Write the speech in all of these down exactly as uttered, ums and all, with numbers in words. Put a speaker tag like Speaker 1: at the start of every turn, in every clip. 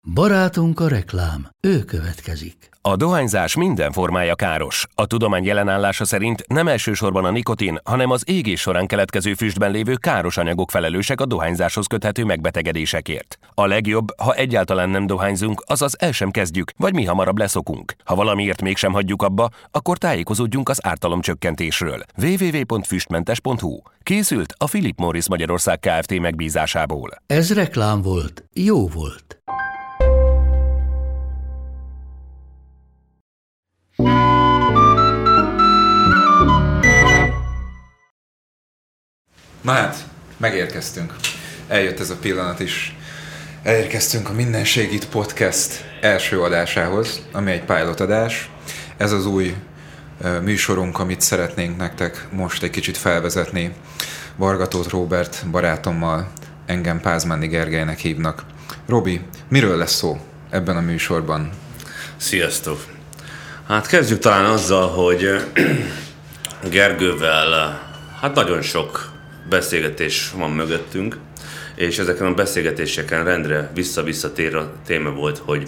Speaker 1: Barátunk a reklám, ő következik.
Speaker 2: A dohányzás minden formája káros. A tudomány jelenállása szerint nem elsősorban a nikotin, hanem az égés során keletkező füstben lévő káros anyagok felelősek a dohányzáshoz köthető megbetegedésekért. A legjobb, ha egyáltalán nem dohányzunk, azaz el sem kezdjük, vagy mi hamarabb leszokunk. Ha valamiért mégsem hagyjuk abba, akkor tájékozódjunk az ártalomcsökkentésről. double-u double-u double-u pont füstmentes pont hu. Készült a Philip Morris Magyarország Kft. Megbízásából.
Speaker 1: Ez reklám volt, jó volt.
Speaker 3: Na hát, megérkeztünk. Eljött ez a pillanat is. Elérkeztünk a Mindenség Itt podcast első adásához, ami egy pilot adás. Ez az új uh, műsorunk, amit szeretnénk nektek most egy kicsit felvezetni. Varga Tóth Róbert barátommal, engem Pázmány Gergelynek hívnak. Robi, miről lesz szó ebben a műsorban?
Speaker 4: Sziasztok! Hát kezdjük talán azzal, hogy Gergővel hát nagyon sok beszélgetés van mögöttünk, és ezeken a beszélgetéseken rendre vissza-vissza tér a téma volt, hogy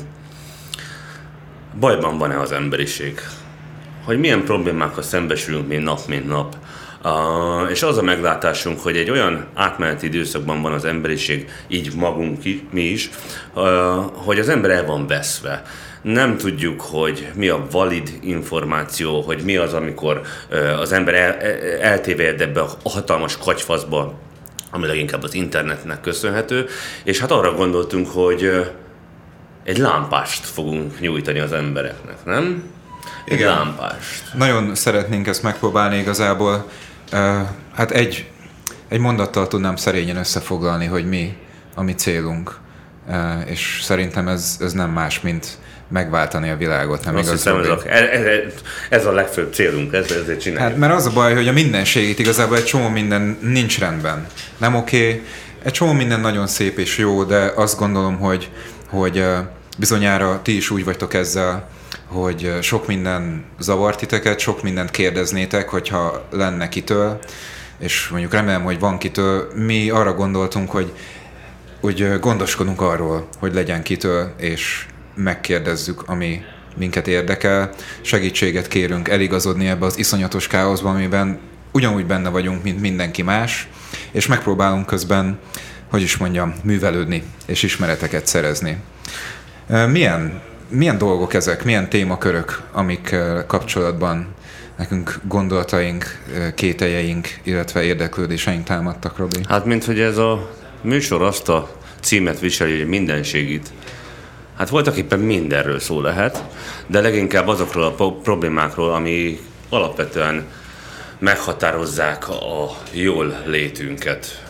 Speaker 4: bajban van-e az emberiség, hogy milyen problémákkal szembesülünk mi nap, mint nap. Uh, és az a meglátásunk, hogy egy olyan átmeneti időszakban van az emberiség, így magunk mi is, uh, hogy az ember el van veszve. Nem tudjuk, hogy mi a valid információ, hogy mi az, amikor uh, az ember el, eltéved ebbe a hatalmas katyfaszba, ami leginkább az internetnek köszönhető, és hát arra gondoltunk, hogy uh, egy lámpást fogunk nyújtani az embereknek, nem? Egy
Speaker 3: Igen.
Speaker 4: lámpást.
Speaker 3: Nagyon szeretnénk ezt megpróbálni igazából. Uh, hát egy, egy mondattal tudnám szerényen összefoglalni, hogy mi a mi célunk. Uh, és szerintem ez, ez nem más, mint megváltani a világot, nem
Speaker 4: Azt
Speaker 3: igaz?
Speaker 4: hiszem, ez a, ez, ez a legfőbb célunk, ez, ezért csináljuk.
Speaker 3: Hát, mert az a baj, hogy a mindenségit igazából egy csomó minden nincs rendben. Nem oké, okay. Egy csomó minden nagyon szép és jó, de azt gondolom, hogy, hogy uh, bizonyára ti is úgy vagytok ezzel, hogy sok minden zavart titeket, sok mindent kérdeznétek, hogyha lenne kitől, és mondjuk remélem, hogy van kitől. Mi arra gondoltunk, hogy, hogy gondoskodunk arról, hogy legyen kitől, és megkérdezzük, ami minket érdekel. Segítséget kérünk eligazodni ebbe az iszonyatos káoszba, amiben ugyanúgy benne vagyunk, mint mindenki más, és megpróbálunk közben, hogy is mondjam, művelődni, és ismereteket szerezni. Milyen Milyen dolgok ezek, milyen témakörök, amik kapcsolatban nekünk gondolataink, kételjeink, illetve érdeklődéseink támadtak, Robi?
Speaker 4: Hát, mint hogy ez a műsor azt a címet viseli, hogy mindenségit. Hát voltak éppen mindenről szó lehet, de leginkább azokról a problémákról, ami alapvetően meghatározzák a jól létünket.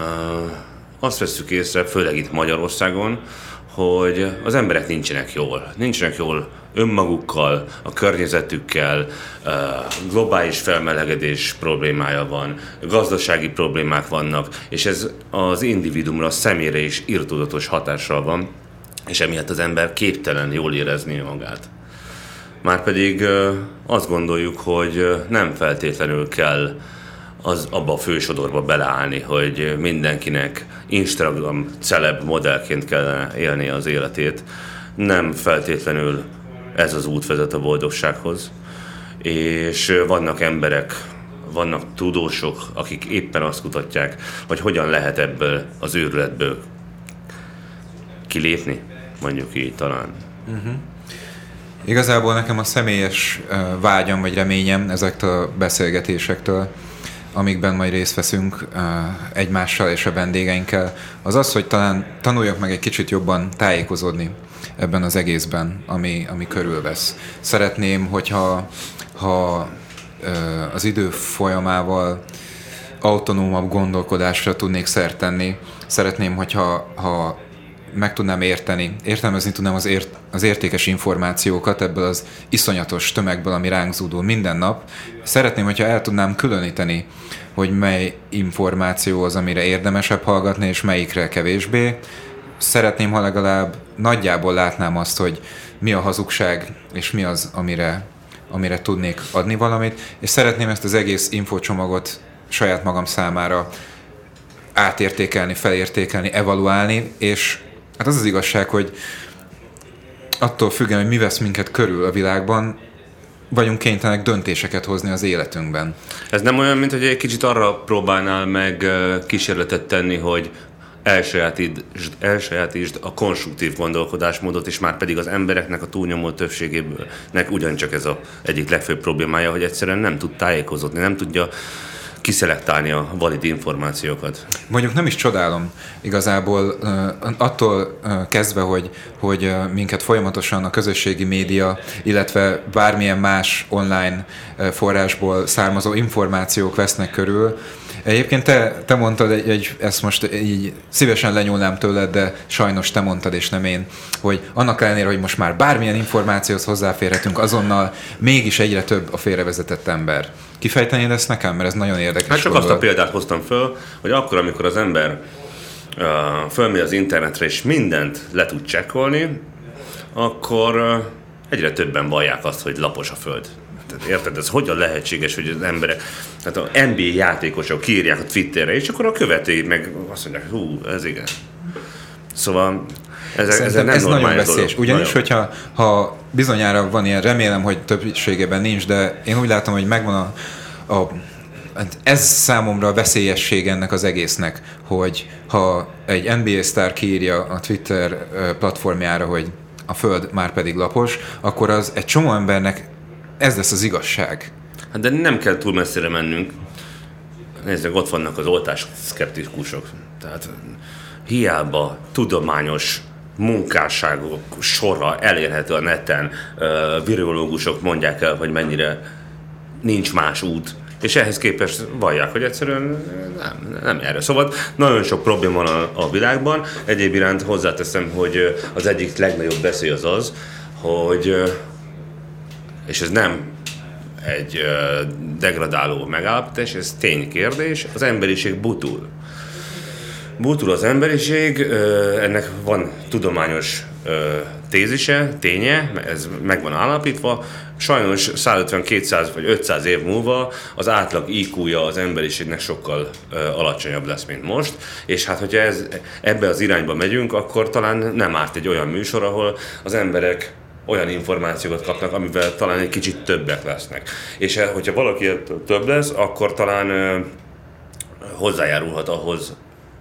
Speaker 4: Azt vesszük észre, főleg itt Magyarországon, hogy az emberek nincsenek jól. Nincsenek jól önmagukkal, a környezetükkel, globális felmelegedés problémája van, gazdasági problémák vannak, és ez az individuumra, a személyre is irtózatos hatással van, és emiatt az ember képtelen jól érezni magát. Márpedig azt gondoljuk, hogy nem feltétlenül kell az abba a fősodorba beleállni, hogy mindenkinek Instagram celeb modellként kellene élni az életét. Nem feltétlenül ez az út vezet a boldogsághoz. És vannak emberek, vannak tudósok, akik éppen azt kutatják, hogy hogyan lehet ebből az őrületből kilépni, mondjuk így talán.
Speaker 3: Uh-huh. Igazából nekem a személyes uh, vágyam vagy reményem ezektől a beszélgetésektől, amikben majd részt veszünk uh, egymással és a vendégeinkkel, az az, hogy talán tanuljak meg egy kicsit jobban tájékozódni ebben az egészben, ami, ami körülvesz. Szeretném, hogyha ha, uh, az idő folyamával autonómabb gondolkodásra tudnék szert tenni. Szeretném, hogyha ha meg tudnám érteni, értelmezni tudnám az, ért, az értékes információkat ebből az iszonyatos tömegből, ami ránk zúdul minden nap. Szeretném, hogyha el tudnám különíteni, hogy mely információ az, amire érdemesebb hallgatni, és melyikre kevésbé. Szeretném, ha legalább nagyjából látnám azt, hogy mi a hazugság, és mi az, amire, amire tudnék adni valamit, és szeretném ezt az egész infocsomagot saját magam számára átértékelni, felértékelni, evaluálni, és hát az az igazság, hogy attól függően, hogy mi vesz minket körül a világban, vagyunk kénytelenek döntéseket hozni az életünkben.
Speaker 4: Ez nem olyan, mint hogy egy kicsit arra próbálnál meg kísérletet tenni, hogy elsajátítsd, elsajátítsd a konstruktív gondolkodásmódot, és már pedig az embereknek a túlnyomó többségének ugyancsak ez az egyik legfőbb problémája, hogy egyszerűen nem tud tájékozódni, nem tudja kiszelektálni a valid információkat.
Speaker 3: Mondjuk nem is csodálom igazából attól kezdve, hogy, hogy minket folyamatosan a közösségi média, illetve bármilyen más online forrásból származó információk vesznek körül. Egyébként te, te mondtad, egy, egy, ezt most így szívesen lenyúlnám tőled, de sajnos te mondtad és nem én, hogy annak ellenére, hogy most már bármilyen információhoz hozzáférhetünk azonnal, mégis egyre több a félrevezetett ember. Kifejtenéd ezt nekem? Mert ez nagyon érdekes.
Speaker 4: Hát csak
Speaker 3: gondolat.
Speaker 4: azt a példát hoztam föl, hogy akkor, amikor az ember uh, fölmegy az internetre és mindent le tud csekkolni, akkor uh, egyre többen vallják azt, hogy lapos a föld. Tehát érted, ez hogyan lehetséges, hogy az emberek, tehát a en bé á játékosok kiírják a Twitterre, és akkor a követői meg azt mondják, hú, ez igen. Szóval ez, ez nem
Speaker 3: ez nagyon veszélyes.
Speaker 4: dolog.
Speaker 3: Ugyanis,
Speaker 4: nagyon.
Speaker 3: hogyha ha bizonyára van ilyen, remélem, hogy többségében nincs, de én úgy látom, hogy megvan a, a ez számomra a veszélyesség ennek az egésznek, hogy ha egy en bé á sztár kiírja a Twitter platformjára, hogy a föld már pedig lapos, akkor az egy csomó embernek ez lesz az igazság.
Speaker 4: Hát de nem kell túl messzire mennünk. Nézzük, ott vannak az oltás szkeptikusok. Tehát hiába tudományos munkásságok sora elérhető a neten, virológusok mondják el, hogy mennyire nincs más út, és ehhez képest vallják, hogy egyszerűen nem, nem erre. Szóval nagyon sok probléma van a, a világban. Egyéb iránt hozzáteszem, hogy az egyik legnagyobb veszély az az, hogy, és ez nem egy degradáló megállapítás, ez ténykérdés, az emberiség butul. Butul az emberiség, ennek van tudományos tézise, ténye, ez meg van állapítva. Sajnos százötven-kétszáz vagy ötszáz év múlva az átlag í kúja az emberiségnek sokkal alacsonyabb lesz, mint most, és hát, hogyha ez, ebbe az irányba megyünk, akkor talán nem árt egy olyan műsor, ahol az emberek olyan információkat kapnak, amivel talán egy kicsit többek lesznek. És hogyha valaki több lesz, akkor talán hozzájárulhat ahhoz,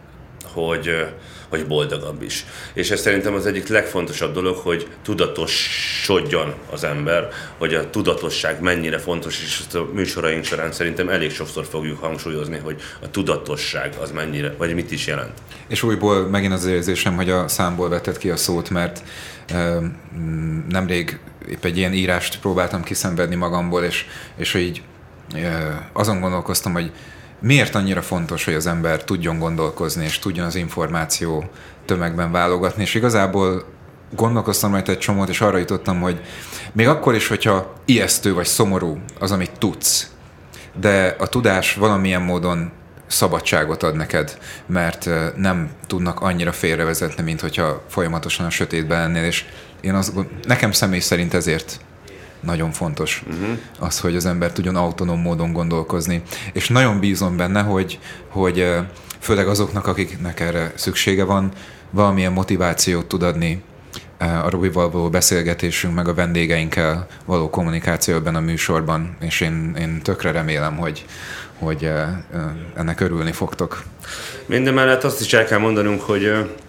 Speaker 4: hogy, hogy boldogabb is. És ez szerintem az egyik legfontosabb dolog, hogy tudatosodjon az ember, hogy a tudatosság mennyire fontos, és ezt a műsoraink során szerintem elég sokszor fogjuk hangsúlyozni, hogy a tudatosság az mennyire, vagy mit is jelent.
Speaker 3: És újból megint az érzésem, hogy a számból vetted ki a szót, mert euh, nemrég épp egy ilyen írást próbáltam kiszenvedni magamból, és, és így euh, azon gondolkoztam, hogy miért annyira fontos, hogy az ember tudjon gondolkozni, és tudjon az információ tömegben válogatni, és igazából gondolkoztam rajta egy csomót, és arra jutottam, hogy még akkor is, hogyha ijesztő vagy szomorú az, amit tudsz, de a tudás valamilyen módon szabadságot ad neked, mert nem tudnak annyira félrevezetni, mint hogyha folyamatosan a sötétben lennél, és én azt, nekem személy szerint ezért nagyon fontos uh-huh. az, hogy az ember tudjon autonóm módon gondolkozni. És nagyon bízom benne, hogy, hogy főleg azoknak, akiknek erre szüksége van, valamilyen motivációt tud adni a Robival való beszélgetésünk, meg a vendégeinkkel való kommunikáció ebben a műsorban, és én, én tökre remélem, hogy, hogy ennek örülni fogtok.
Speaker 4: Mindemellett azt is el kell mondanunk, hogy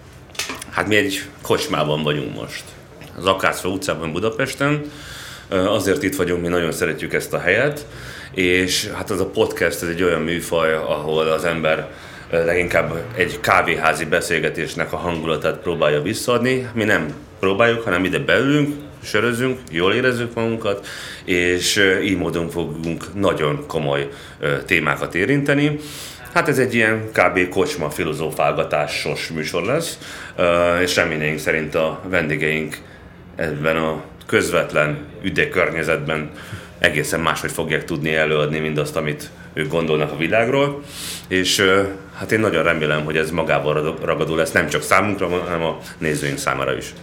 Speaker 4: hát mi egy kocsmában vagyunk most. Az Akácfa utcában Budapesten. Azért itt vagyunk, mi nagyon szeretjük ezt a helyet, és hát az a podcast ez egy olyan műfaj, ahol az ember leginkább egy kávéházi beszélgetésnek a hangulatát próbálja visszaadni. Mi nem próbáljuk, hanem ide beülünk, sörözünk, jól érezzük magunkat, és így módon fogunk nagyon komoly témákat érinteni. Hát ez egy ilyen kb. Kocsma filozófálgatásos műsor lesz, és reményeink szerint a vendégeink ebben a közvetlen üde környezetben egészen máshogy fogják tudni előadni mindazt, amit ők gondolnak a világról, és hát én nagyon remélem, hogy ez magával ragadó lesz, nem csak számunkra, hanem a nézőink számára is.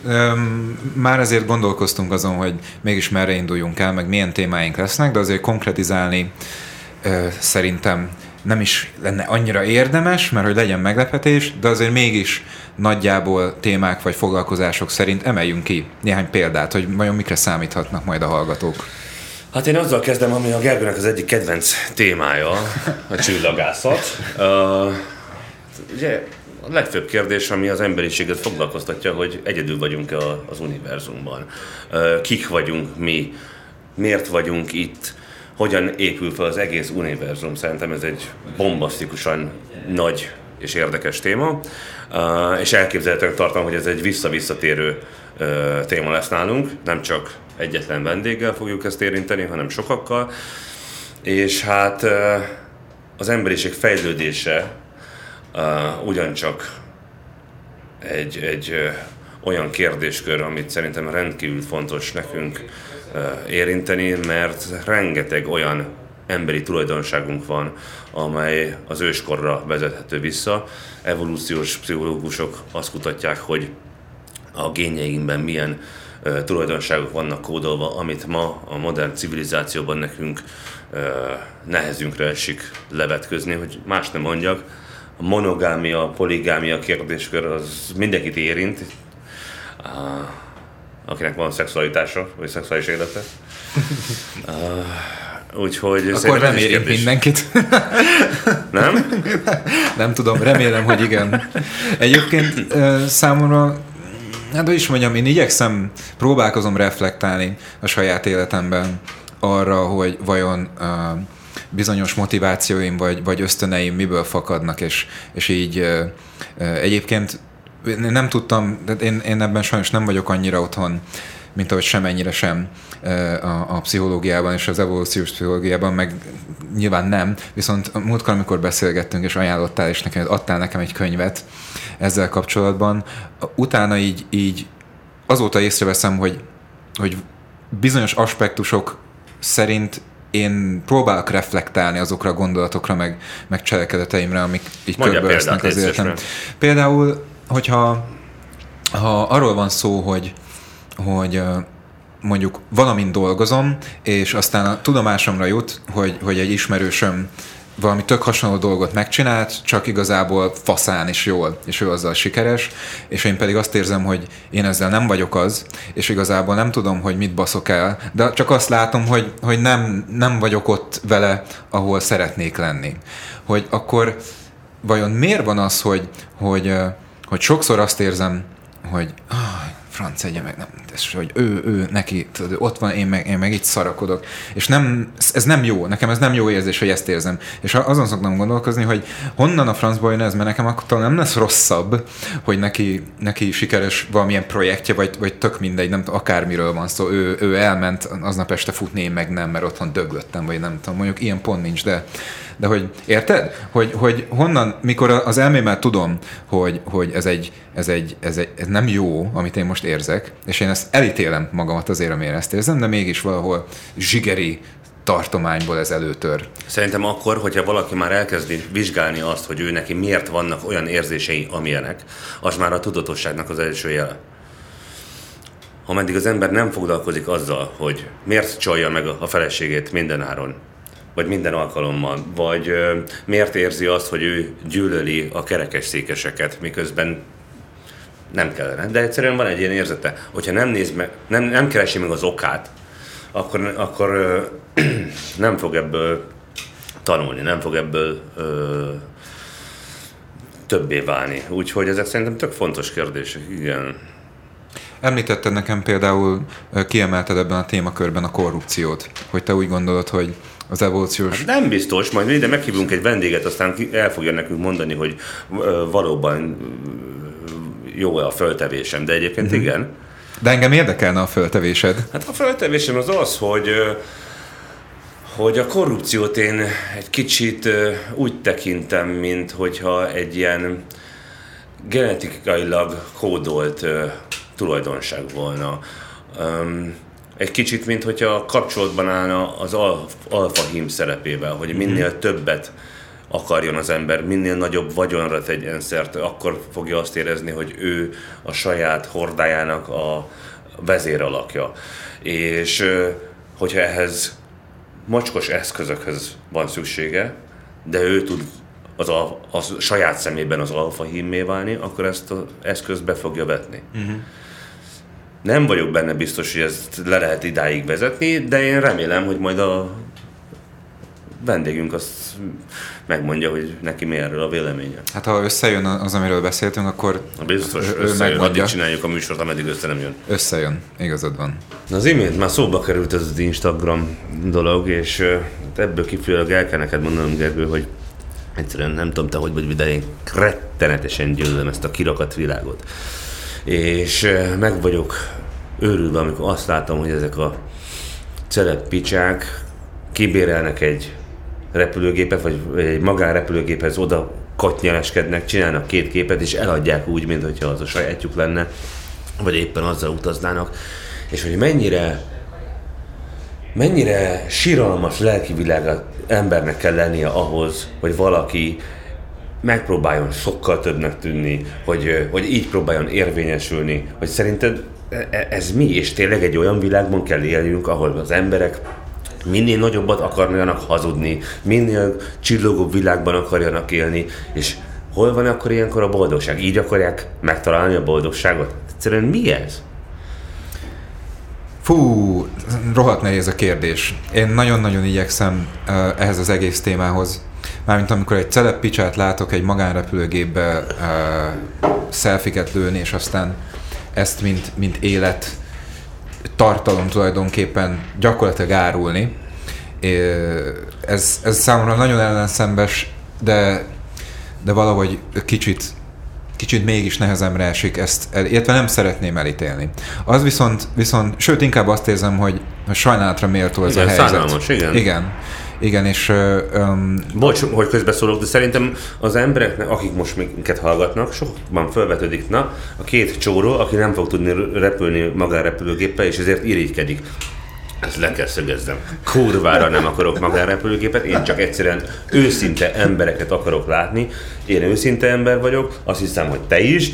Speaker 3: Már azért gondolkoztunk azon, hogy mégis merre induljunk el, meg milyen témáink lesznek, de azért konkretizálni szerintem nem is lenne annyira érdemes, mert hogy legyen meglepetés, de azért mégis nagyjából témák vagy foglalkozások szerint emeljünk ki néhány példát, hogy vajon mikre számíthatnak majd a hallgatók.
Speaker 4: Hát én azzal kezdem, ami a Gergőnek az egyik kedvenc témája, a csillagászat. Uh, ugye a legfőbb kérdés, ami az emberiséget foglalkoztatja, hogy egyedül vagyunk-e az univerzumban. Uh, kik vagyunk mi, miért vagyunk itt, hogyan épül fel az egész univerzum. Szerintem ez egy bombasztikusan nagy és érdekes téma, uh, és elképzelhetően tartom, hogy ez egy vissza-visszatérő uh, téma lesz nálunk, nem csak egyetlen vendéggel fogjuk ezt érinteni, hanem sokakkal, és hát uh, az emberiség fejlődése uh, ugyancsak egy, egy uh, olyan kérdéskör, amit szerintem rendkívül fontos nekünk uh, érinteni, mert rengeteg olyan emberi tulajdonságunk van, amely az őskorra vezethető vissza. Evolúciós pszichológusok azt kutatják, hogy a génjeinkben milyen uh, tulajdonságok vannak kódolva, amit ma a modern civilizációban nekünk uh, nehezünkre esik levetközni, hogy más nem mondjak. A monogámia, a poligámia kérdéskör az mindenkit érint, uh, akinek van szexualitása, vagy szexuális élete. Uh, Úgyhogy
Speaker 3: akkor reméljünk mindenkit.
Speaker 4: Nem?
Speaker 3: Nem tudom, remélem, hogy igen. Egyébként számomra, hát is mondjam, én igyekszem, próbálkozom reflektálni a saját életemben arra, hogy vajon uh, bizonyos motivációim vagy, vagy ösztöneim miből fakadnak, és, és így uh, uh, egyébként nem tudtam, de én, én ebben sajnos nem vagyok annyira otthon, mint ahogy semennyire sem a, a pszichológiában és az evolúciós pszichológiában, meg nyilván nem, viszont múltkor, amikor beszélgettünk, és ajánlottál, és nekem, adtál nekem egy könyvet ezzel kapcsolatban, utána így, így azóta észreveszem, hogy, hogy bizonyos aspektusok szerint én próbálok reflektálni azokra a gondolatokra, meg, meg cselekedeteimre, amik így körbevesznek az életem. Például, hogyha ha arról van szó, hogy hogy mondjuk valamin dolgozom, és aztán a tudomásomra jut, hogy, hogy egy ismerősöm valami tök hasonló dolgot megcsinált, csak igazából faszán is jól, és ő azzal sikeres, és én pedig azt érzem, hogy én ezzel nem vagyok az, és igazából nem tudom, hogy mit baszok el, de csak azt látom, hogy, hogy nem, nem vagyok ott vele, ahol szeretnék lenni. Hogy akkor vajon miért van az, hogy, hogy, hogy sokszor azt érzem, hogy ah, franc egye meg, nem, ez, hogy ő, ő, neki, tudod, ott van, én meg, én meg itt szarakodok. És nem, ez nem jó, nekem ez nem jó érzés, hogy ezt érzem. És azon szoktam gondolkozni, hogy honnan a francból jön ez, mert nekem akkor nem lesz rosszabb, hogy neki, neki sikeres valamilyen projektje, vagy, vagy tök mindegy, nem akármiről van szó. Ő, ő elment aznap este futni, én meg nem, mert otthon döglöttem, vagy nem tudom, mondjuk ilyen pont nincs, de De hogy érted? Hogy, hogy honnan, mikor az elmémmel tudom, hogy, hogy ez, egy, ez, egy, ez, egy, ez nem jó, amit én most érzek, és én ezt elítélem magamat azért, amire ezt érzem, de mégis valahol zsigeri tartományból ez előtör.
Speaker 4: Szerintem akkor, hogyha valaki már elkezdi vizsgálni azt, hogy ő neki miért vannak olyan érzései, amilyenek, az már a tudatosságnak az első jele. Ha meddig az ember nem foglalkozik azzal, hogy miért csalja meg a feleségét mindenáron, vagy minden alkalommal, vagy ö, miért érzi azt, hogy ő gyűlöli a kerekesszékeseket, miközben nem kellene. De egyszerűen van egy ilyen érzete, hogyha nem néz meg, nem, nem keresi meg az okát, akkor, akkor ö, nem fog ebből tanulni, nem fog ebből ö, többé válni. Úgyhogy ezek szerintem tök fontos kérdések, igen.
Speaker 3: Említetted nekem például, kiemelted ebben a témakörben a korrupciót, hogy te úgy gondolod, hogy az evolúciós...
Speaker 4: Hát nem biztos, majd ide meghívunk egy vendéget, aztán el fogja nekünk mondani, hogy valóban jó-e a föltevésem, de egyébként mm-hmm. igen.
Speaker 3: De engem érdekelne a föltevésed.
Speaker 4: Hát a föltevésem az az, hogy, hogy a korrupciót én egy kicsit úgy tekintem, mint hogyha egy ilyen genetikailag kódolt tulajdonság volna. Egy kicsit, mint hogyha kapcsolatban állna az alfa hím szerepével, hogy minél mm-hmm. többet akarjon az ember, minél nagyobb vagyonra tegyen szert, akkor fogja azt érezni, hogy ő a saját hordájának a vezéralakja. És hogyha ehhez mocskos eszközökhöz van szüksége, de ő tud az a, az saját szemében az alfa hímmé válni, akkor ezt az eszközt be fogja vetni. Uh-huh. Nem vagyok benne biztos, hogy ezt le lehet idáig vezetni, de én remélem, hogy majd a vendégünk azt megmondja, hogy neki mi erről a véleménye.
Speaker 3: Hát ha összejön az, amiről beszéltünk, akkor
Speaker 4: biztos
Speaker 3: ő
Speaker 4: összejön,
Speaker 3: megmondja.
Speaker 4: Addig csináljuk a műsort, ameddig össze nem jön.
Speaker 3: Összejön, igazad van.
Speaker 4: Az imént már szóba került ez az Instagram dolog, és uh, ebből kifolyólag el kell neked mondanom, Gergő, hogy egyszerűen nem tudom te, hogy vagy, de én rettenetesen győzöm ezt a kirakat világot. És uh, meg vagyok őrülve, amikor azt látom, hogy ezek a celeb picsák kibérelnek egy repülőgépet, vagy egy magánrepülőgéphez oda katnyeleskednek, csinálnak két képet, és eladják úgy, mintha az a sajátjuk lenne, vagy éppen azzal utaznának. És hogy mennyire, mennyire siralmas lelkivilága embernek kell lennie ahhoz, hogy valaki megpróbáljon sokkal többnek tűnni, hogy, hogy így próbáljon érvényesülni. Hogy szerinted ez mi? És tényleg egy olyan világban kell éljünk, ahol az emberek minél nagyobbat akarnak hazudni, minél csillogóbb világban akarjanak élni, és hol van akkor ilyenkor a boldogság? Így akarják megtalálni a boldogságot? Egyszerűen mi ez?
Speaker 3: Fú, rohadt nehéz a kérdés. Én nagyon-nagyon igyekszem uh, ehhez az egész témához. Mármint amikor egy celeb picsát látok egy magánrepülőgépbe uh, selfiket lőni, és aztán ezt mint, mint élet tartalom tulajdonképpen gyakorlatilag árulni. Ez, ez számomra nagyon ellenszembes, de, de valahogy kicsit, kicsit mégis nehezemre esik ezt, illetve nem szeretném elítélni. Az viszont, viszont sőt inkább azt érzem, hogy sajnálatra méltó ez
Speaker 4: igen,
Speaker 3: a helyzet.
Speaker 4: Szánalmas, igen.
Speaker 3: Igen. Igen, és... Um,
Speaker 4: Bocs, hogy közbeszólok, de szerintem az embereknek, akik most minket hallgatnak, sokban felvetődik, na, a két csóró, aki nem fog tudni repülni magánrepülőgéppel, és ezért irigykedik. Ezt le kell szögezzem. Kurvára nem akarok magánrepülőgépet, én csak egyszerűen őszinte embereket akarok látni. Én őszinte ember vagyok, azt hiszem, hogy te is.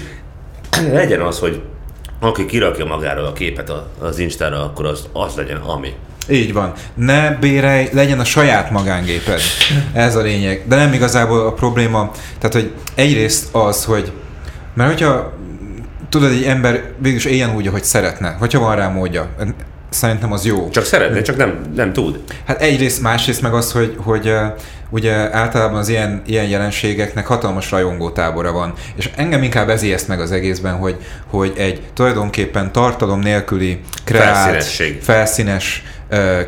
Speaker 4: Legyen az, hogy aki kirakja magáról a képet az Instára, akkor az, az legyen ami.
Speaker 3: Így van. Ne bérelj, legyen a saját magángéped. Ez a lényeg. De nem igazából a probléma, tehát hogy egyrészt az, hogy mert hogyha tudod, egy ember végülis éljen úgy, ahogy szeretne, hogyha van rá módja, szerintem az jó.
Speaker 4: Csak szeretné, csak nem, nem tud.
Speaker 3: Hát egyrészt, másrészt meg az, hogy, hogy ugye általában az ilyen, ilyen jelenségeknek hatalmas rajongótábora van. És engem inkább ez ijeszt meg az egészben, hogy, hogy egy tulajdonképpen tartalom nélküli, kreált, felszínes uh,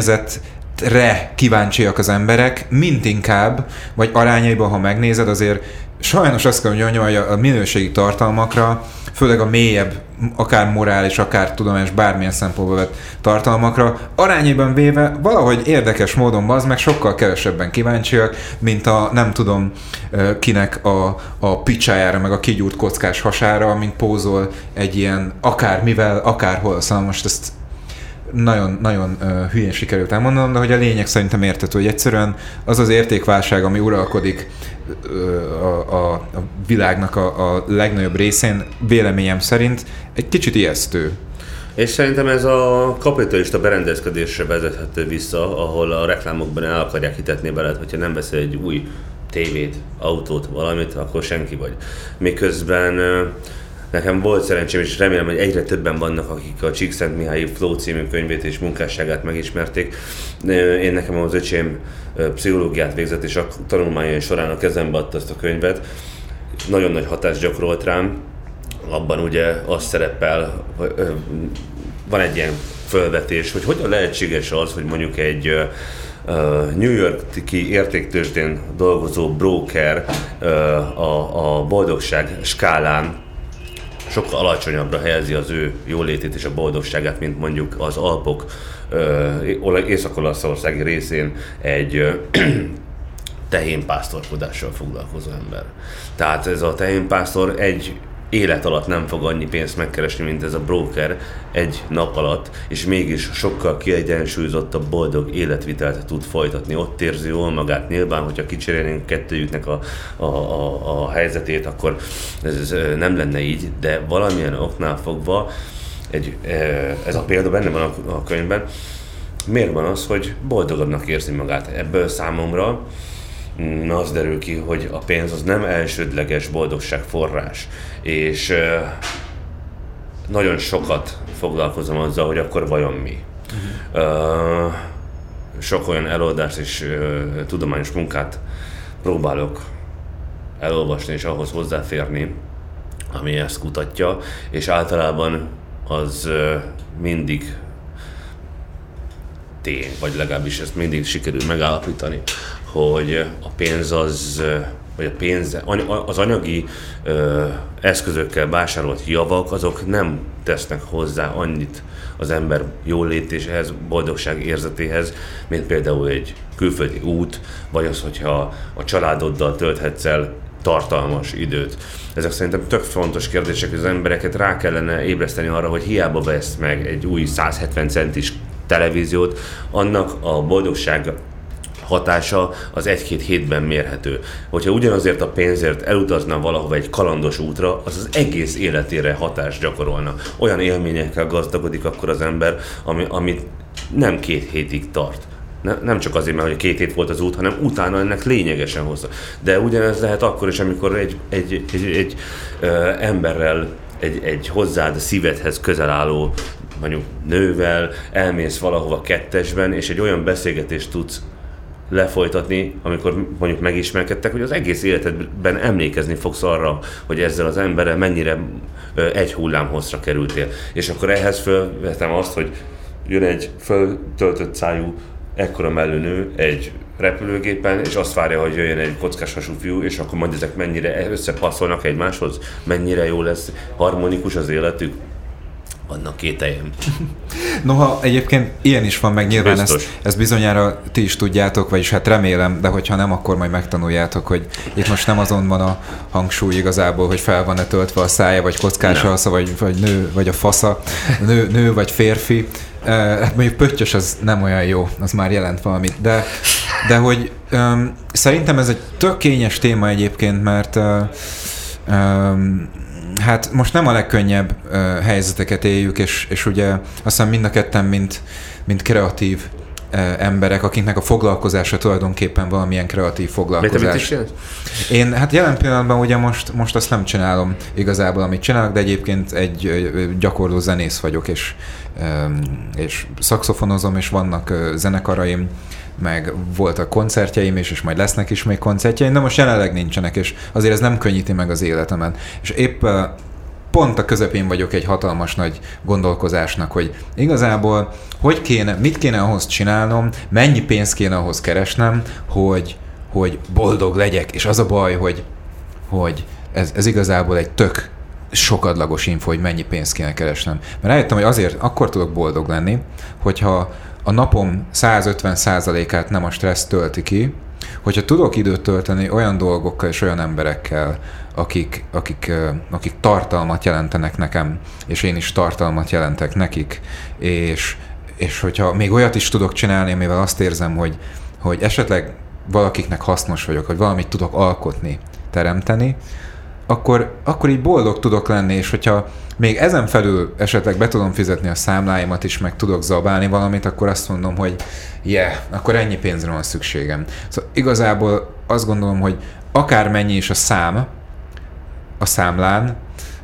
Speaker 3: környezetre kíváncsiak az emberek, mint inkább, vagy arányaiban, ha megnézed, azért sajnos azt kell mondjam, hogy a minőségi tartalmakra, főleg a mélyebb, akár morális, akár tudományos, bármilyen szempontból vett tartalmakra, arányében véve valahogy érdekes módon az meg sokkal kevesebben kíváncsiak, mint a nem tudom kinek a, a picsájára, meg a kigyúrt kockás hasára, mint pózol egy ilyen akármivel, akárhol. Szóval most ezt nagyon, nagyon uh, hülyén sikerült elmondanom, de hogy a lényeg szerintem értető, hogy egyszerűen az az értékválság, ami uralkodik uh, a, a, a világnak a, a legnagyobb részén, véleményem szerint egy kicsit ijesztő.
Speaker 4: És szerintem ez a kapitalista berendezkedésre vezethető vissza, ahol a reklámokban el akarják hitetni veled, hogyha nem veszel egy új tévét, autót, valamit, akkor senki vagy. Miközben uh, nekem volt szerencsém, és remélem, hogy egyre többen vannak, akik a Csíkszentmihályi Flow című könyvét és munkásságát megismerték. Én nekem az öcsém pszichológiát végzett, és a tanulmányai során a kezembe adta ezt a könyvet. Nagyon nagy hatást gyakorolt rám. Abban ugye az szerepel, van egy ilyen felvetés, hogy hogyan lehetséges az, hogy mondjuk egy New York-i értéktőzsdén dolgozó broker a, a boldogság skálán sokkal alacsonyabbra helyezi az ő jólétét és a boldogságát, mint mondjuk az Alpok Észak-Olaszországi részén egy tehénpásztorkodással foglalkozó ember. Tehát ez a tehénpásztor egy élet alatt nem fog annyi pénzt megkeresni, mint ez a broker egy nap alatt, és mégis sokkal kiegyensúlyozottabb, boldog életvitelt tud folytatni. Ott érzi jól magát. Nyilván, hogyha kicserélnénk kettőjüknek a, a, a, a helyzetét, akkor ez, ez nem lenne így, de valamilyen oknál fogva, egy, ez a példa benne van a, a könyvben, miért van az, hogy boldogabbnak érzi magát? Ebből számomra az derül ki, hogy a pénz az nem elsődleges boldogság forrás, és nagyon sokat foglalkozom azzal, hogy akkor vajon mi. Uh-huh. Sok olyan előadást és tudományos munkát próbálok elolvasni és ahhoz hozzáférni, ami ezt kutatja, és általában az mindig tény, vagy legalábbis ezt mindig sikerül megállapítani, hogy a pénz az, vagy a pénz, az anyagi ö, eszközökkel vásárolt javak, azok nem tesznek hozzá annyit az ember jólétéséhez, boldogság érzetéhez, mint például egy külföldi út, vagy az, hogyha a családoddal tölthetsz el tartalmas időt. Ezek szerintem tök fontos kérdések, hogy az embereket rá kellene ébreszteni arra, hogy hiába vesz meg egy új száz hetven centis televíziót, annak a boldogság hatása az egy-két hétben mérhető. Hogyha ugyanazért a pénzért elutazna valahova egy kalandos útra, az az egész életére hatást gyakorolna. Olyan élményekkel gazdagodik akkor az ember, ami, amit nem két hétig tart. Ne, nem csak azért, mert hogy két hét volt az út, hanem utána ennek lényegesen hossza. De ugyanez lehet akkor is, amikor egy, egy, egy, egy, egy ö, emberrel, egy, egy hozzád szívedhez közel álló mondjuk nővel elmész valahova kettesben, és egy olyan beszélgetést tudsz lefolytatni, amikor mondjuk megismerkedtek, hogy az egész életedben emlékezni fogsz arra, hogy ezzel az emberrel mennyire egy hullámhosszra kerültél. És akkor ehhez fölvetem azt, hogy jön egy föltöltött szájú, ekkora mellű nő egy repülőgépen, és azt várja, hogy jöjjön egy kockás hasú fiú, és akkor majd ezek mennyire összepasszolnak egymáshoz, mennyire jó lesz, harmonikus az életük. Vannak kételjeim.
Speaker 3: Noha egyébként ilyen is van, meg nyilván ezt, ezt bizonyára ti is tudjátok, vagyis hát remélem, de hogyha nem, akkor majd megtanuljátok, hogy itt most nem azon van a hangsúly igazából, hogy fel van-e töltve a szája, vagy kockás alsza, vagy, vagy nő, vagy a fasza, nő, nő vagy férfi. Hát mondjuk pöttyös az nem olyan jó, az már jelent valamit, de, de hogy um, szerintem ez egy tök kényes téma egyébként, mert uh, um, hát most nem a legkönnyebb uh, helyzeteket éljük, és, és ugye azt hiszem mind a ketten, mint, mint kreatív uh, emberek, akiknek a foglalkozása tulajdonképpen valamilyen kreatív foglalkozás. Én hát jelen pillanatban ugye most, most azt nem csinálom igazából, amit csinálok, de egyébként egy uh, gyakorló zenész vagyok, és, um, és szaxofonozom, és vannak uh, zenekaraim, meg voltak koncertjeim is, és majd lesznek is még koncertjeim, de most jelenleg nincsenek, és azért ez nem könnyíti meg az életemet. És épp pont a közepén vagyok egy hatalmas nagy gondolkozásnak, hogy igazából hogy kéne, mit kéne ahhoz csinálnom, mennyi pénzt kéne ahhoz keresnem, hogy, hogy boldog legyek. És az a baj, hogy, hogy ez, ez igazából egy tök sokadlagos info, hogy mennyi pénzt kéne keresnem. Mert rájöttem, hogy azért akkor tudok boldog lenni, hogyha a napom száz ötven százalékát nem a stressz tölti ki, hogyha tudok időt tölteni olyan dolgokkal és olyan emberekkel, akik, akik, akik tartalmat jelentenek nekem, és én is tartalmat jelentek nekik, és, és hogyha még olyat is tudok csinálni, amivel azt érzem, hogy, hogy esetleg valakiknek hasznos vagyok, hogy valamit tudok alkotni, teremteni, akkor, akkor így boldog tudok lenni, és hogyha még ezen felül esetleg be tudom fizetni a számláimat is, meg tudok zabálni valamit, akkor azt mondom, hogy yeah, akkor ennyi pénzre van szükségem. Szóval igazából azt gondolom, hogy akármennyi is a szám a számlán,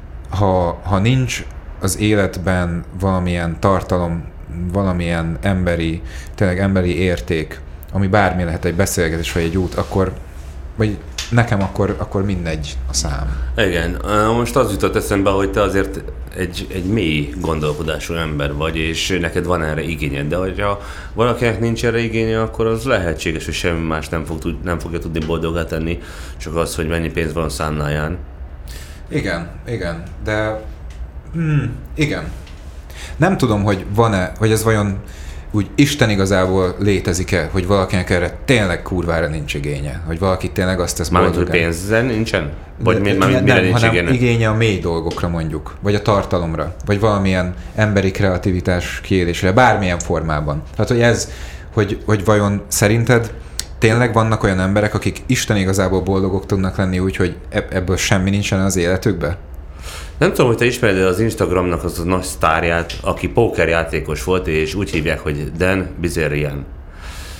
Speaker 3: ha, ha nincs az életben valamilyen tartalom, valamilyen emberi, tényleg emberi érték, ami bármi lehet, egy beszélgetés vagy egy út, akkor, vagy nekem akkor, akkor mindegy a szám.
Speaker 4: Igen, most az jutott eszembe, hogy te azért egy, egy mély gondolkodású ember vagy, és neked van erre igényed, de hogyha valakinek nincs erre igénye, akkor az lehetséges, hogy semmi más nem, fog, nem fogja tudni boldogá tenni, csak az, hogy mennyi pénz van a számláján.
Speaker 3: Igen, igen, de hmm, igen. Nem tudom, hogy van-e, hogy ez vajon úgy Isten igazából létezik-e, hogy valakinek erre tényleg kurvára nincs igénye? Hogy valaki tényleg azt tesz boldogán?
Speaker 4: Mármint, hogy pénzzel nincsen? Vagy
Speaker 3: de,
Speaker 4: mi, nem, mire nincs
Speaker 3: hanem
Speaker 4: igénye?
Speaker 3: igénye a mély dolgokra mondjuk, vagy a tartalomra, vagy valamilyen emberi kreativitás kiélésre, bármilyen formában. Tehát, hogy ez, hogy, hogy vajon szerinted tényleg vannak olyan emberek, akik Isten igazából boldogok tudnak lenni úgy, hogy ebből semmi nincsen az életükben?
Speaker 4: Nem tudom, hogy te ismered az Instagramnak az a nagy sztárját, aki pókerjátékos volt, és úgy hívják, hogy Dan Bilzerian.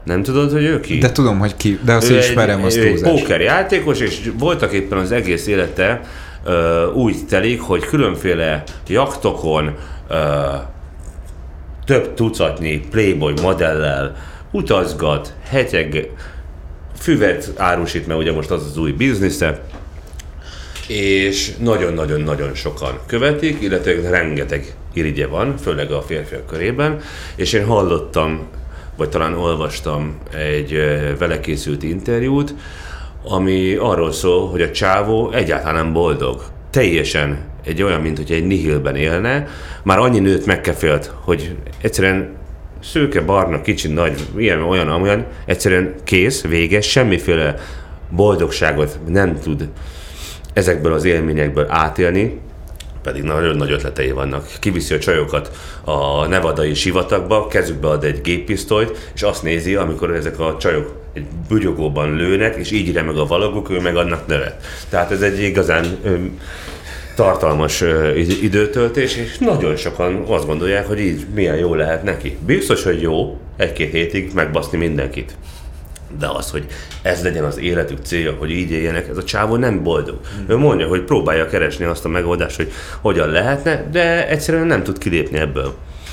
Speaker 4: Nem tudod, hogy ő ki?
Speaker 3: De tudom, hogy ki, de azt
Speaker 4: ő
Speaker 3: ismerem, az
Speaker 4: túlzás. Ő egy pókerjátékos, és voltak éppen az egész élete ö, úgy telik, hogy különféle jachtokon ö, több tucatnyi Playboy modellel utazgat, hetyeg, füvet árusít, mert ugye most az az új biznisze, és nagyon-nagyon-nagyon sokan követik, illetve rengeteg irigye van, főleg a férfiak körében, és én hallottam, vagy talán olvastam egy vele készült interjút, ami arról szól, hogy a csávó egyáltalán nem boldog. Teljesen egy olyan, mint hogy egy nihilben élne, már annyi nőt megkefélt, hogy egyszerűen szőke, barna, kicsi, nagy, ilyen, olyan, amolyan, egyszerűen kész, vége, semmiféle boldogságot nem tud ezekből az élményekből átélni, pedig nagyon nagy ötletei vannak. Kiviszi a csajokat a nevadai sivatagba, kezükbe ad egy géppisztolyt, és azt nézi, amikor ezek a csajok egy bugyogóban lőnek, és így remeg a valaguk, ő meg annak nevet. Tehát ez egy igazán ö, tartalmas ö, időtöltés, és nagyon sokan azt gondolják, hogy így milyen jó lehet neki. Biztos, hogy jó egy-két hétig megbaszni mindenkit. De az, hogy ez legyen az életük célja, hogy így éljenek, ez a csávó nem boldog. Mm. Ő mondja, hogy próbálja keresni azt a megoldást, hogy hogyan lehetne, de egyszerűen nem tud kilépni ebből.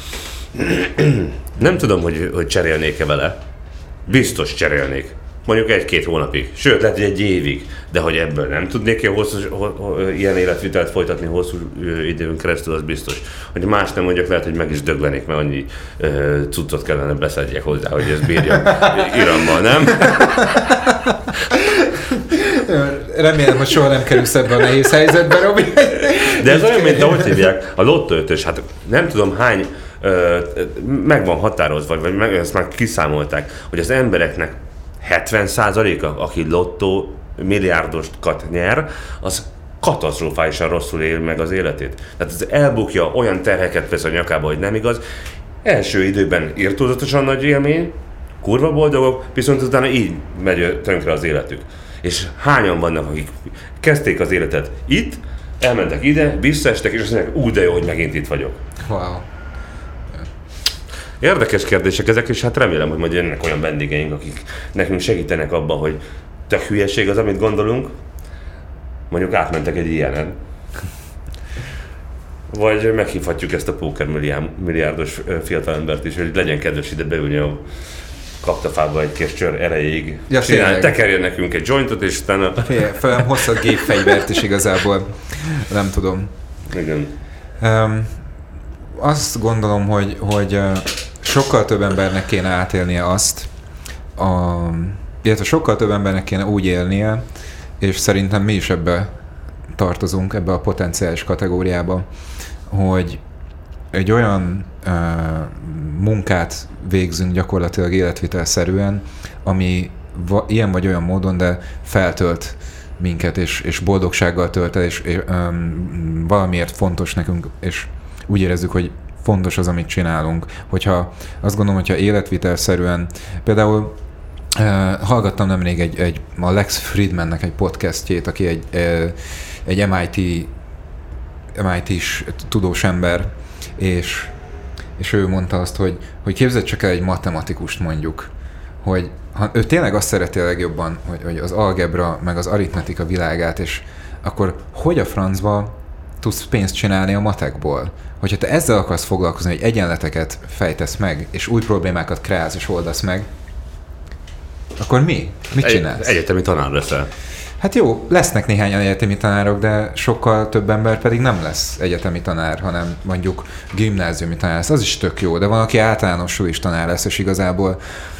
Speaker 4: Nem tudom, hogy, hogy cserélnék-e vele. Biztos cserélnék. Mondjuk egy-két hónapig. Sőt, lehet, hogy egy évig. De hogy ebből nem tudnék hosszú, ilyen életvitelt folytatni hosszú időn keresztül, az biztos. Hogy más nem mondjak, lehet, hogy meg is döglenék, mert annyi uh, cuccot kellene beszedjek hozzá, hogy ez bírjam irammal, nem?
Speaker 3: Remélem, hogy soha nem kerülsz ebbe a nehéz helyzetbe, Robi.
Speaker 4: De ez olyan, mint ahogy hívják, a lottóötös. Hát nem tudom hány uh, meg van határozva, vagy meg, ezt már kiszámolták, hogy az embereknek hetven százaléka, aki lottó milliárdokat nyer, az katasztrofálisan rosszul él meg az életét. Tehát ez elbukja, olyan terheket vesz a nyakába, hogy nem igaz. Első időben irtózatosan nagy élmény, kurva boldogok, viszont utána így megy tönkre az életük. És hányan vannak, akik kezdték az életet itt, elmentek ide, visszaestek, és azt mondják, úgy de jó, hogy megint itt vagyok.
Speaker 3: Wow.
Speaker 4: Érdekes kérdések ezek, és hát remélem, hogy majd jönnek olyan vendégeink, akik nekünk segítenek abban, hogy tök hülyeség az, amit gondolunk. Mondjuk átmentek egy ilyenen. Vagy meghívhatjuk ezt a póker milliárdos fiatalembert is, hogy legyen kedves ide beülni a kaptafába egy kis csör erejéig. Ja, csinálj, tekerjen nekünk egy jointot, és utána...
Speaker 3: Felem hosszat gépfegyvert is igazából. Nem tudom.
Speaker 4: Igen.
Speaker 3: Um, azt gondolom, hogy, hogy sokkal több embernek kéne átélnie azt, a, illetve sokkal több embernek kéne úgy élnie, és szerintem mi is ebbe tartozunk, ebbe a potenciális kategóriába, hogy egy olyan uh, munkát végzünk gyakorlatilag életvitelszerűen, ami va, ilyen vagy olyan módon, de feltölt minket, és, és boldogsággal tölt el, és, és um, valamiért fontos nekünk, és úgy érezzük, hogy fontos az, amit csinálunk. Hogyha azt gondolom, hogyha életvitelszerűen, például uh, hallgattam nemrég egy, egy, a Lex Fridmannek egy podcastjét, aki egy, egy em i té em i té-s tudós ember, és, és ő mondta azt, hogy, hogy képzeld csak el egy matematikust mondjuk, hogy ha ő tényleg azt szereti a legjobban, hogy, hogy az algebra, meg az aritmetika világát, és akkor hogy a francba tudsz pénzt csinálni a matekból? Hogyha te ezzel akarsz foglalkozni, hogy egyenleteket fejtesz meg, és új problémákat kreálsz és oldasz meg, akkor mi? Mit csinálsz?
Speaker 4: Egy, egyetemi tanár leszel.
Speaker 3: Hát jó, lesznek néhány egyetemi tanárok, de sokkal több ember pedig nem lesz egyetemi tanár, hanem mondjuk gimnáziumi tanár lesz. Az is tök jó, de van, aki általános sulis tanár lesz, és igazából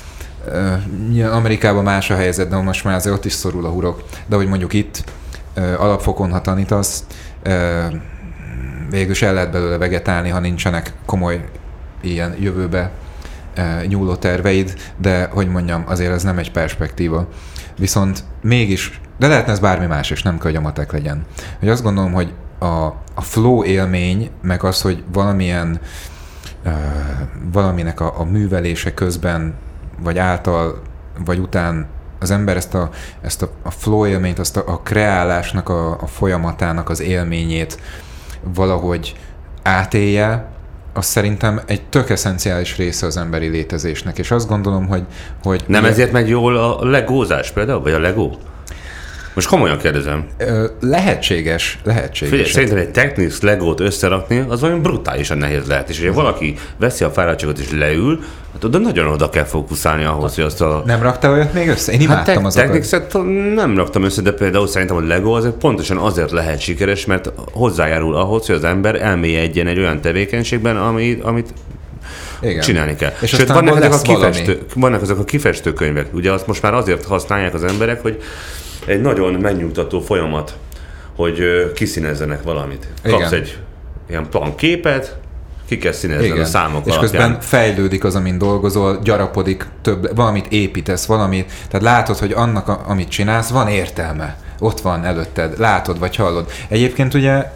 Speaker 3: uh, Amerikában más a helyzet, de most már azért ott is szorul a hurok. De hogy mondjuk itt uh, alapfokon, ha tanítasz, uh, végülis el lehet belőle vegetálni, ha nincsenek komoly ilyen jövőbe uh, nyúló terveid, de hogy mondjam, azért ez nem egy perspektíva. Viszont mégis, de lehetne ez bármi más, és nem kell, hogy a matek legyen. Hogy azt gondolom, hogy a, a flow élmény, meg az, hogy valamilyen uh, valaminek a, a művelése közben, vagy által, vagy után az ember ezt a, ezt a, a flow élményt, azt a, a kreálásnak a, a folyamatának az élményét valahogy átélje, az szerintem egy tök eszenciális része az emberi létezésnek, és azt gondolom, hogy... hogy
Speaker 4: nem
Speaker 3: ugye,
Speaker 4: ezért megy jól a legózás például, vagy a Lego? Most komolyan kérdezem.
Speaker 3: Lehetséges, lehetséges.
Speaker 4: Figyelj, szerintem egy Technics Legót összerakni, az olyan brutálisan nehéz lehet. És hogyha valaki veszi a fáradtságot és leül, hát oda nagyon oda kell fókuszálni ahhoz, hogy azt a...
Speaker 3: Nem raktál olyat még össze? Én imádtam
Speaker 4: hát
Speaker 3: azokat.
Speaker 4: Technics-et nem raktam össze, de például szerintem a Lego azért pontosan azért lehet sikeres, mert hozzájárul ahhoz, hogy az ember elmélyedjen egy olyan tevékenységben, ami, amit igen. csinálni kell. És sőt, vannak ezek, a kifestő, vannak ezek a kifestő könyvek. Ugye azt most már azért használják az emberek, hogy egy nagyon megnyugtató folyamat, hogy kiszínezzenek valamit. Kapsz igen. egy ilyen planképet, ki kell színezned a számok
Speaker 3: és
Speaker 4: alapján.
Speaker 3: Közben fejlődik az, amin dolgozol, gyarapodik, több, valamit építesz, valamit, tehát látod, hogy annak, a, amit csinálsz, van értelme. Ott van előtted, látod vagy hallod. Egyébként ugye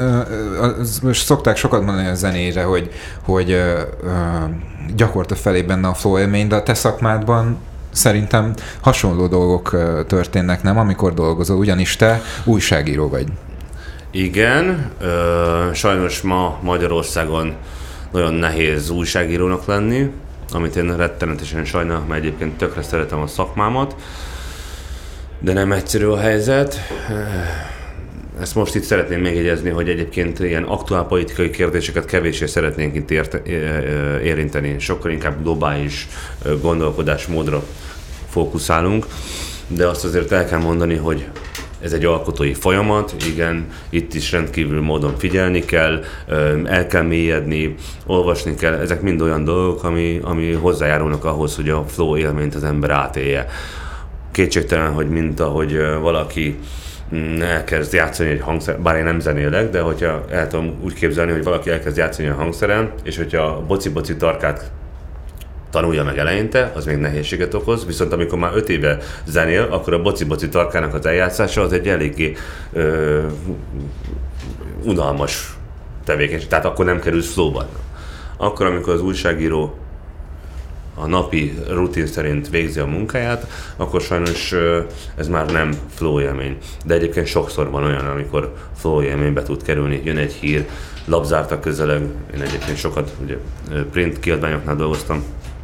Speaker 3: most szokták sokat mondani a zenére, hogy, hogy gyakorta felé benne a flow élmény, de a te szakmádban szerintem hasonló dolgok történnek, nem, amikor dolgozol, ugyanis te újságíró vagy.
Speaker 4: Igen, ö, sajnos ma Magyarországon nagyon nehéz újságírónak lenni, amit én rettenetesen sajnálok, mert egyébként tökre szeretem a szakmámat, de nem egyszerű a helyzet. Ezt most itt szeretném megjegyezni, hogy egyébként ilyen aktuálpolitikai kérdéseket kevéssé szeretnénk itt ért, érinteni, sokkal inkább globális gondolkodásmódra fókuszálunk, de azt azért el kell mondani, hogy ez egy alkotói folyamat, igen, itt is rendkívül módon figyelni kell, el kell mélyedni, olvasni kell, ezek mind olyan dolgok, ami, ami hozzájárulnak ahhoz, hogy a flow élményt az ember átélje. Kétségtelen, hogy mint ahogy valaki elkezd játszani egy hangszer, bár én nem zenélek, de hogyha el tudom úgy képzelni, hogy valaki elkezd játszani a hangszeren, és hogyha a boci-boci tarkát tanulja meg eleinte, az még nehézséget okoz, viszont amikor már öt éve zenél, akkor a boci-boci tarkának az eljátszása az egy eléggé ö, unalmas tevékenység, tehát akkor nem kerül flowban. Akkor, amikor az újságíró a napi rutin szerint végzi a munkáját, akkor sajnos ez már nem flow élmény. De egyébként sokszor van olyan, amikor flow élménybe tud kerülni, jön egy hír, lapzártak közeleg, én egyébként sokat ugye, print kiadványoknál dolgoztam,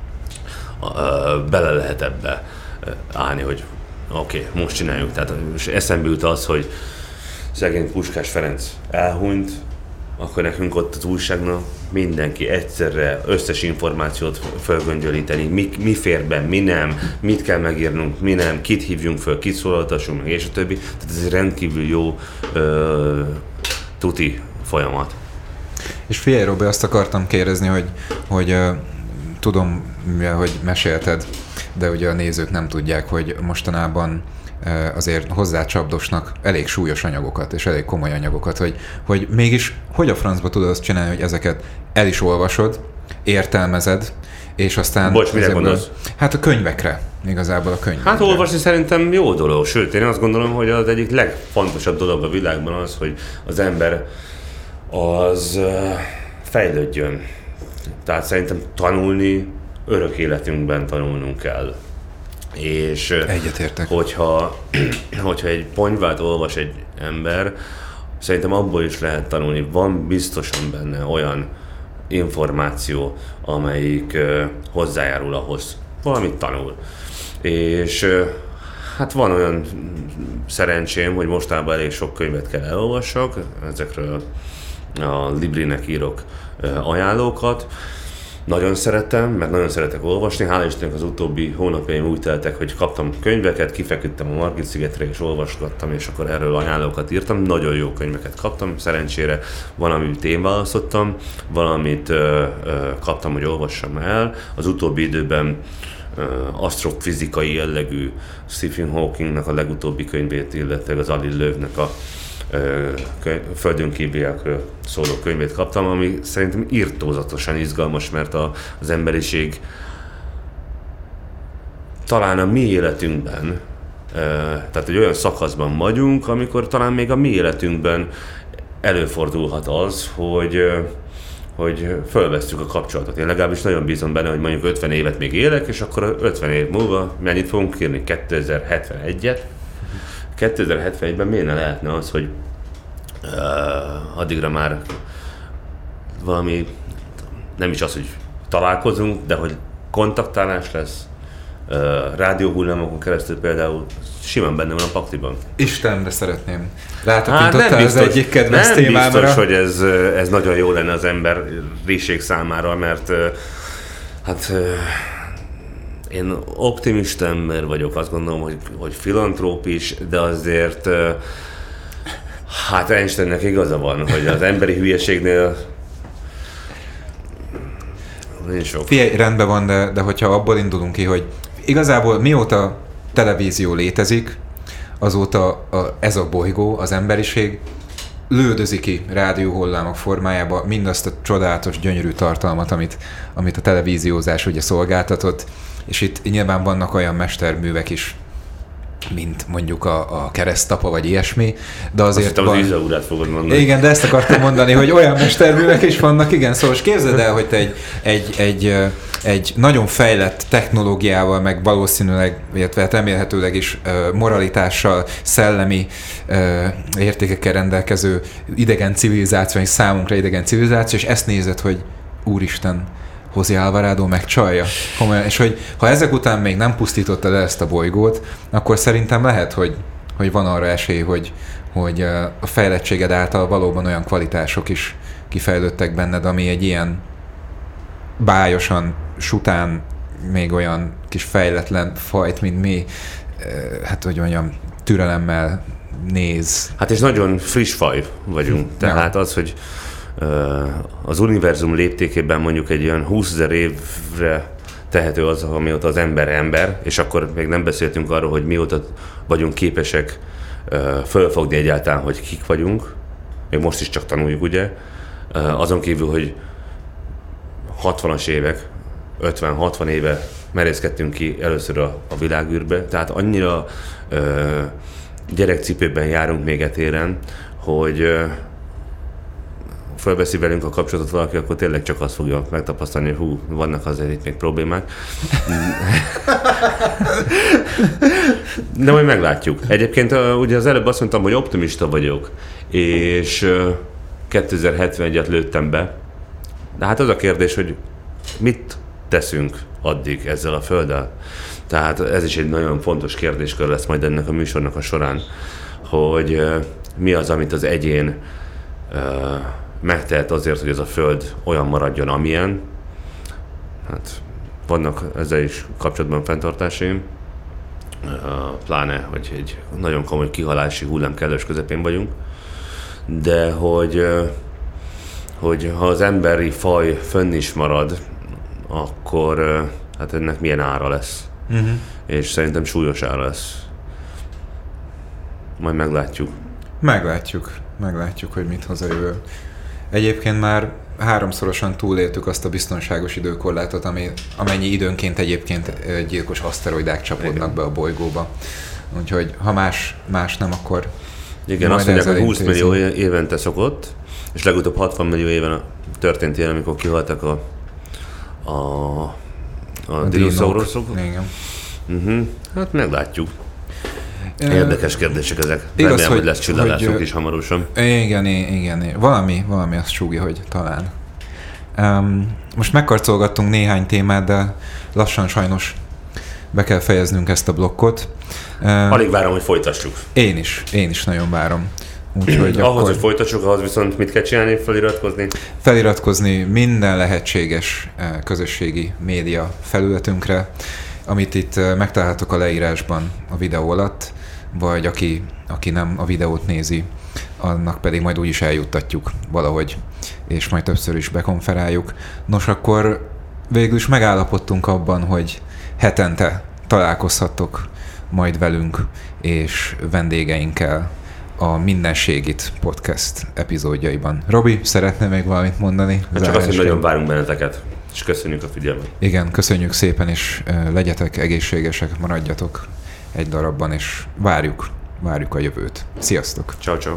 Speaker 4: bele lehet ebbe állni, hogy oké, okay, most csináljuk. Tehát eszembe jut az, hogy szegény Puskás Ferenc elhunyt, akkor nekünk ott az újságnak mindenki egyszerre összes információt felgöngyölíteni, mi, mi fér be, mi nem, mit kell megírnunk, mi nem, kit hívjunk föl, kit szólaltassunk meg, és a többi. Tehát ez egy rendkívül jó ö, tuti folyamat. És
Speaker 3: figyelj, Robi, azt akartam kérdezni, hogy, hogy uh, tudom, hogy mesélted, de ugye a nézők nem tudják, hogy mostanában azért hozzácsapdosnak elég súlyos anyagokat, és elég komoly anyagokat, hogy, hogy mégis hogy a francba tudod azt csinálni, hogy ezeket el is olvasod, értelmezed, és aztán...
Speaker 4: Bocs, mire gondolsz?
Speaker 3: Hát a könyvekre, igazából a könyvekre.
Speaker 4: Hát olvasni szerintem jó dolog, sőt, én azt gondolom, hogy az egyik legfontosabb dolog a világban az, hogy az ember az fejlődjön. Tehát szerintem tanulni, örök életünkben tanulnunk kell. És
Speaker 3: egyetértek.
Speaker 4: Hogyha, hogyha egy ponyvát olvas egy ember, szerintem abból is lehet tanulni. Van biztosan benne olyan információ, amelyik uh, hozzájárul ahhoz. Valamit tanul. És uh, hát van olyan szerencsém, hogy mostában elég sok könyvet kell elolvassak, ezekről a Librinek írok uh, ajánlókat. Nagyon szeretem, mert nagyon szeretek olvasni. Hála Istennek az utóbbi hónapjaim úgy teltek, hogy kaptam könyveket, kifeküdtem a Margit-szigetre és olvasgattam, és akkor erről ajánlókat írtam. Nagyon jó könyveket kaptam, szerencsére van, amit én választottam, valamit ö, ö, kaptam, hogy olvassam el. Az utóbbi időben ö, asztrofizikai jellegű Stephen Hawkingnak a legutóbbi könyvét, illetve az Ali Löwnek a Könyv, földön kívüliekről szóló könyvét kaptam, ami szerintem irtózatosan izgalmas, mert a, az emberiség talán a mi életünkben, tehát egy olyan szakaszban vagyunk, amikor talán még a mi életünkben előfordulhat az, hogy, hogy fölvesszük a kapcsolatot. Én legalábbis nagyon bízom benne, hogy mondjuk ötven évet még élek, és akkor ötven év múlva mennyit fogunk írni? kétezer-hetvenegyet. kétezer-hetvenegyben miért ne lehetne az, hogy uh, addigra már valami nem is az, hogy találkozunk, de hogy kontaktálás lesz, uh, rádióhullámokon keresztül például simán benne van a pakliban.
Speaker 3: Istenbe szeretném. Rátapintottál hát az egyik kedvenc
Speaker 4: nem
Speaker 3: témámra.
Speaker 4: Nem biztos, hogy ez, ez nagyon jó lenne az emberiség számára, mert hát én optimista ember vagyok, azt gondolom, hogy, hogy filantróp is, de azért hát Einsteinnek igaza van, hogy az emberi hülyeségnél nincs sok.
Speaker 3: Figyelj, rendben van, de, de hogyha abból indulunk ki, hogy igazából mióta televízió létezik, azóta a, ez a bolygó, az emberiség lődözi ki rádióhullámok formájába mindazt a csodálatos, gyönyörű tartalmat, amit, amit a televíziózás ugye szolgáltatott, és itt nyilván vannak olyan mesterművek is, mint mondjuk a, a keresztapa, vagy ilyesmi, de azért
Speaker 4: Azt hittem,
Speaker 3: van...
Speaker 4: az Izaurát fogod mondani.
Speaker 3: Igen, de ezt akartam mondani, hogy olyan mesterművek is vannak, igen, szóval képzeld el, hogy te egy, egy, egy, egy nagyon fejlett technológiával, meg valószínűleg, illetve remélhetőleg is moralitással, szellemi értékekkel rendelkező idegen civilizáció, és számunkra idegen civilizáció, és ezt nézed, hogy úristen, José Alvarado megcsalja. Komolyan. És hogy ha ezek után még nem pusztította le ezt a bolygót, akkor szerintem lehet, hogy, hogy van arra esély, hogy, hogy a fejlettséged által valóban olyan kvalitások is kifejlődtek benned, ami egy ilyen bályosan, sután, még olyan kis fejletlen fajt, mint mi, hát hogy mondjam, türelemmel néz.
Speaker 4: Hát és nagyon friss faj vagyunk. Tehát az, hogy az univerzum léptékében mondjuk egy olyan húszezer évre tehető az, amióta az ember ember, és akkor még nem beszéltünk arról, hogy mióta vagyunk képesek fölfogni egyáltalán, hogy kik vagyunk, még most is csak tanuljuk, ugye, azon kívül, hogy hatvanas évek, ötven-hatvan éve merészkedtünk ki először a, a világűrbe, tehát annyira gyerekcipőben járunk még etéren, hogy fölveszi velünk a kapcsolatot valaki, akkor tényleg csak azt fogja megtapasztalni, hogy hú, vannak azért itt még problémák. De majd meglátjuk. Egyébként ugye az előbb azt mondtam, hogy optimista vagyok, és kétezer-hetvenegyet lőttem be. De hát az a kérdés, hogy mit teszünk addig ezzel a földdel? Tehát ez is egy nagyon fontos kérdéskör lesz majd ennek a műsornak a során, hogy mi az, amit az egyén megtehet azért, hogy ez a föld olyan maradjon, amilyen. Hát vannak ezzel is kapcsolatban fenntartásaim, pláne, hogy egy nagyon komoly kihalási hullám kellős közepén vagyunk, de hogy, hogy ha az emberi faj fönn is marad, akkor hát ennek milyen ára lesz. Uh-huh. És szerintem súlyos ára lesz. Majd meglátjuk.
Speaker 3: Meglátjuk. Meglátjuk, hogy mit hoz a jövő. Egyébként már háromszorosan túléltük azt a biztonságos időkorlátot, ami, amennyi időnként egyébként gyilkos aszteroidák csapódnak be a bolygóba. Úgyhogy ha más, más nem, akkor
Speaker 4: igen, azt mondják, hogy húsz millió évente szokott, és legutóbb hatvan millió éven történt ilyen, amikor kihaltak a, a, a, a dinoszauruszok.
Speaker 3: Igen.
Speaker 4: Uh-huh. Hát meglátjuk. Érdekes kérdések ezek.
Speaker 3: Igaz,
Speaker 4: remélem,
Speaker 3: hogy,
Speaker 4: hogy lesz csillagásunk is hamarosan.
Speaker 3: Igen, igen. Valami, valami azt súgja, hogy talán. Um, most megkarcolgattunk néhány témát, de lassan sajnos be kell fejeznünk ezt a blokkot. Um,
Speaker 4: Alig várom, hogy folytassuk.
Speaker 3: Én is, én is nagyon várom. Úgyhogy
Speaker 4: ahhoz,
Speaker 3: akkor
Speaker 4: hogy folytassuk, ahhoz viszont mit kell csinálni? Feliratkozni?
Speaker 3: Feliratkozni minden lehetséges közösségi média felületünkre, amit itt megtalálhatok a leírásban a videó alatt, vagy aki, aki nem a videót nézi, annak pedig majd úgyis eljuttatjuk valahogy, és majd többször is bekonferáljuk. Nos, akkor végül is megállapodtunk abban, hogy hetente találkozhattok majd velünk és vendégeinkkel a Mindenségit podcast epizódjaiban. Robi, szeretne még valamit mondani?
Speaker 4: Hát csak azt, hogy nagyon várunk benneteket, és köszönjük a figyelmet.
Speaker 3: Igen, köszönjük szépen, és legyetek egészségesek, maradjatok egy darabban, és várjuk, várjuk a jövőt. Sziasztok!
Speaker 4: Ciao, ciao.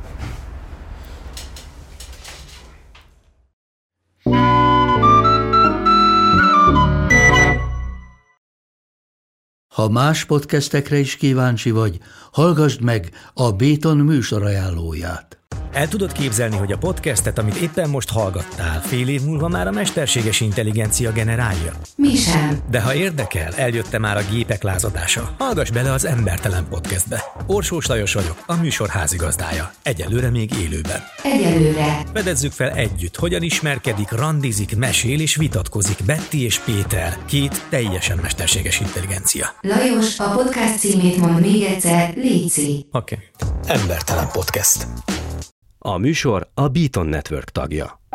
Speaker 1: Ha más podcastekre is kíváncsi vagy, hallgassd meg a Béton műsor ajánlóját.
Speaker 5: El tudod képzelni, hogy a podcastet, amit éppen most hallgattál, fél év múlva már a mesterséges intelligencia generálja?
Speaker 6: Mi sem.
Speaker 5: De ha érdekel, eljött már a gépek lázadása. Hallgass bele az Embertelen Podcastbe. Orsós Lajos vagyok, a műsor házigazdája. Egyelőre még élőben.
Speaker 6: Egyelőre.
Speaker 5: Fedezzük fel együtt, hogyan ismerkedik, randizik, mesél és vitatkozik Betty és Péter, két teljesen mesterséges intelligencia.
Speaker 6: Lajos, a podcast címét mond még egyszer, léci.
Speaker 5: Oké. Okay. Embertelen Podcast.
Speaker 7: A műsor a Beaton Network tagja.